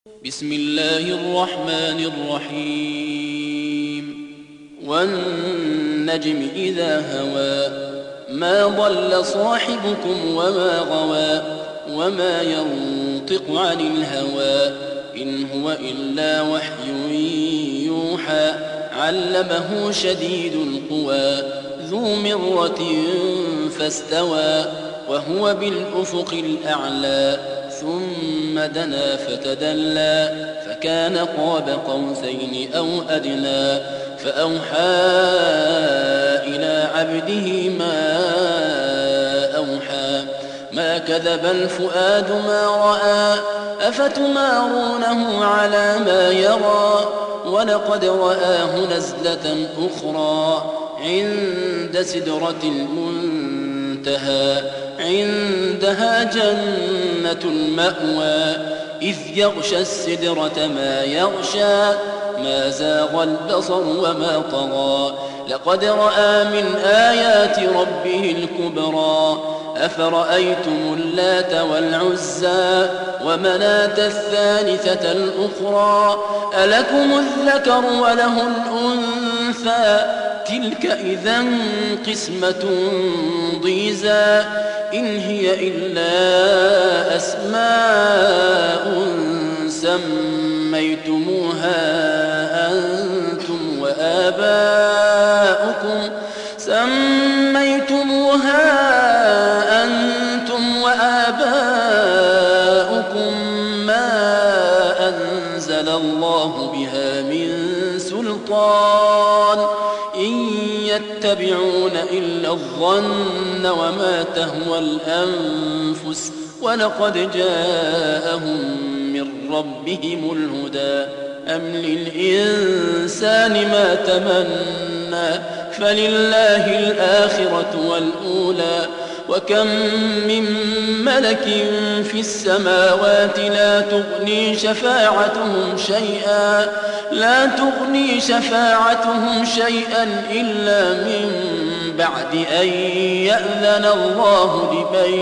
بسم الله الرحمن الرحيم والنجم إذا هوى ما ضل صاحبكم وما غوى وما ينطق عن الهوى إن هو إلا وحي يوحى علمه شديد القوى ذو مرة فاستوى وهو بالأفق الأعلى ثم دنا فتدلى فكان قاب قوسين أو أدنى فأوحى إلى عبده ما أوحى ما كذب الفؤاد ما رأى أفتمارونه على ما يرى ولقد رآه نزلة أخرى عند سدرة المنتهى عندها جنة المأوى إذ يغشى السدرة ما يغشى ما زاغ البصر وما طغى لقد رأى من آيات ربه الكبرى أفرأيتم اللات والعزى ومناة الثالثة الأخرى ألكم الذكر وله الأنثى تلك إذا قسمة ضيزى إن هي إلا أسماء سميتموها أنتم وآباؤكم ما أنزل الله بها من سلطان إن يتبعون إلا الظن وما تهوى الأنفس ولقد جاءهم من ربهم الهدى أم للإنسان ما تمنى فلله الآخرة والأولى وكم من ملك في السماوات لا تغني شفاعتهم شيئا إلا من بعد أن يأذن الله لمن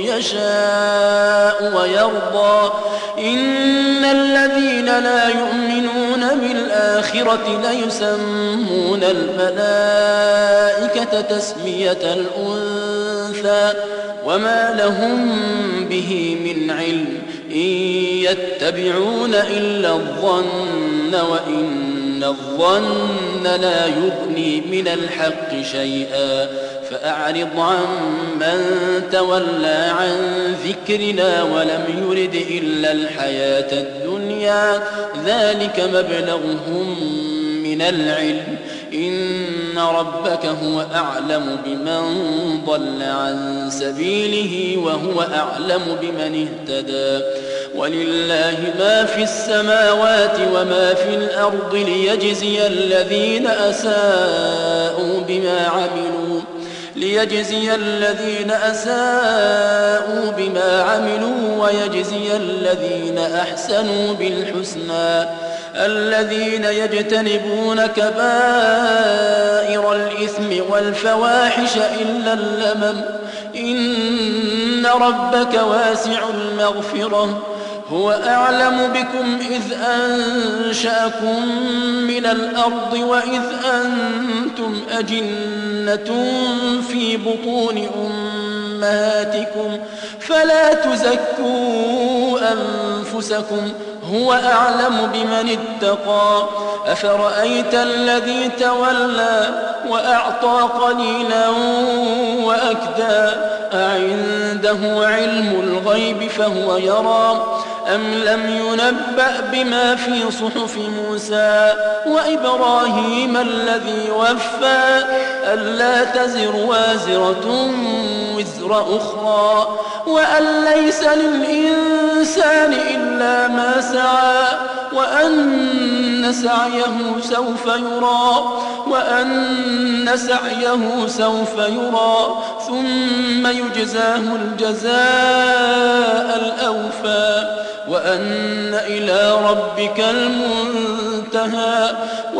يشاء ويرضى إن الذين لا يؤمنون بالآخرة ليسمون الملائكة تسمية الأنثى وما لهم به من علم إن يتبعون إلا الظن وإن الظن لا يغني من الحق شيئا فأعرض عن من تولى عن ذكرنا ولم يرد إلا الحياة الدنيا ذلك مبلغهم من العلم إن ربك هو أعلم بمن ضل عن سبيله وهو أعلم بمن اهتدى ولله ما في السماوات وما في الأرض ليجزي الذين أساءوا بما عملوا ويجزي الذين أحسنوا بالحسنى الذين يجتنبون كبائر الإثم والفواحش إلا اللمم إن ربك واسع المغفرة هو أعلم بكم إذ أنشأكم من الأرض وإذ أنتم أجنة في بطون أمهاتكم فلا تزكوا أنفسكم هو أعلم بمن اتقى أفرأيت الذي تولى وأعطى قليلا وأكدى أعنده علم الغيب فهو يرى أم لم ينبأ بما في صحف موسى وإبراهيم الذي وفى ألا تزر وازرة وزر أخرى وأن ليس للإنسان إلا ما سعى وأن سعيه سوف يرى ثم يجزاه الجزاء الأوفى وأن إلى ربك المنتهى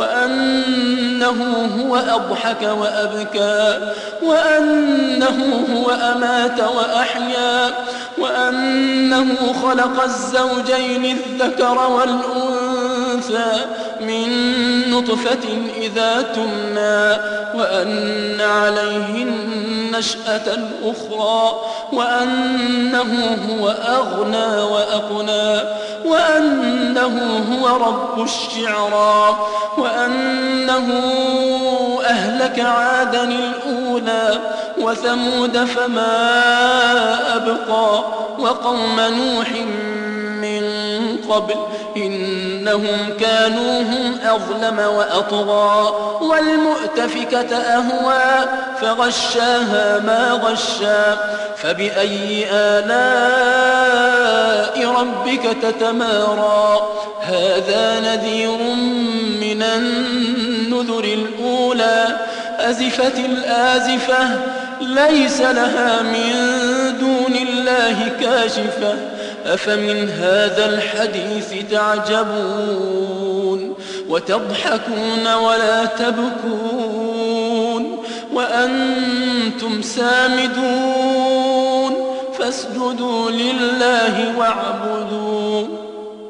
وأنه هو أضحك وأبكى وأنه هو أمات وأحيا وأنه خلق الزوجين الذكر والأنثى من نطفة إذا تمنى وأن عليه النشأة الأخرى وأنه هو أغنى وأقنى وأنه هو رب الشعرى وأنه أهلك عادا الأولى وثمود فما أبقى وقوم نوح من قبل إنهم كانوا هم أظلم وأطغى والمؤتفكة أهوى فغشاها ما غشى فبأي آلاء ربك تتمارى هذا نذير من النذر الأولى أزفت الآزفة ليس لها من دون الله كاشفة أفمن هذا الحديث تعجبون وتضحكون ولا تبكون وأنتم سامدون فاسجدوا لله واعبدوا